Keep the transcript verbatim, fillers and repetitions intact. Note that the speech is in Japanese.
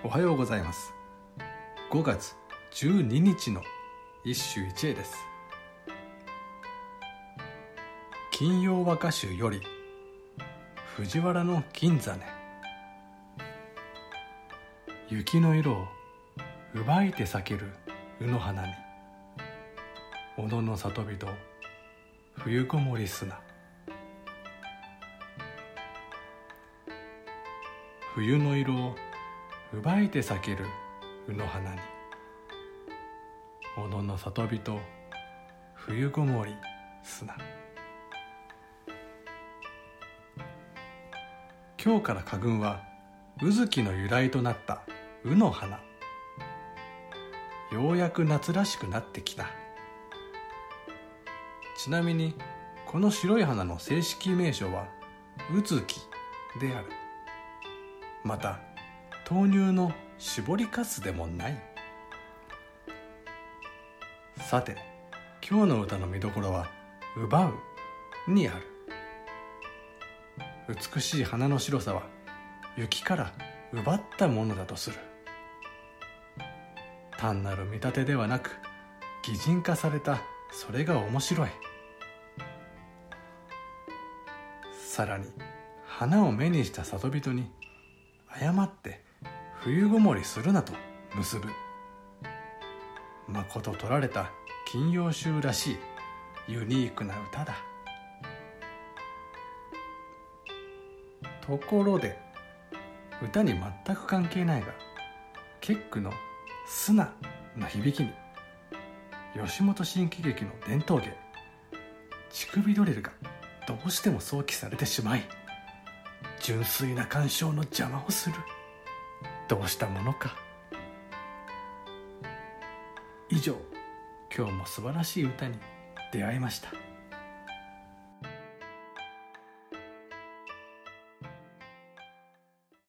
おはようございます。ごがつじゅうににちの一首一会です。金曜和歌集より藤原の金ザネ。雪の色を奪いて咲ける卯の花に、小野の里人冬ごもり砂。冬の色を奪いて咲ける卯の花に、小野の里人冬ごもり砂。今日から花群は卯月の由来となった卯の花。ようやく夏らしくなってきた。ちなみにこの白い花の正式名称は卯月である。また豆乳の搾りかすでもない。さて、今日の歌の見どころは奪うにある。美しい花の白さは雪から奪ったものだとする。単なる見立てではなく擬人化された、それが面白い。さらに花を目にした里人に誤って冬ごもりするなと結ぶ。まこと取られた金曜集らしいユニークな歌だ。ところで歌に全く関係ないが、結句の砂の響きに吉本新喜劇の伝統芸乳首ドリルがどうしても想起されてしまい、純粋な鑑賞の邪魔をする。どうしたものか。以上、今日も素晴らしい歌に出会いました。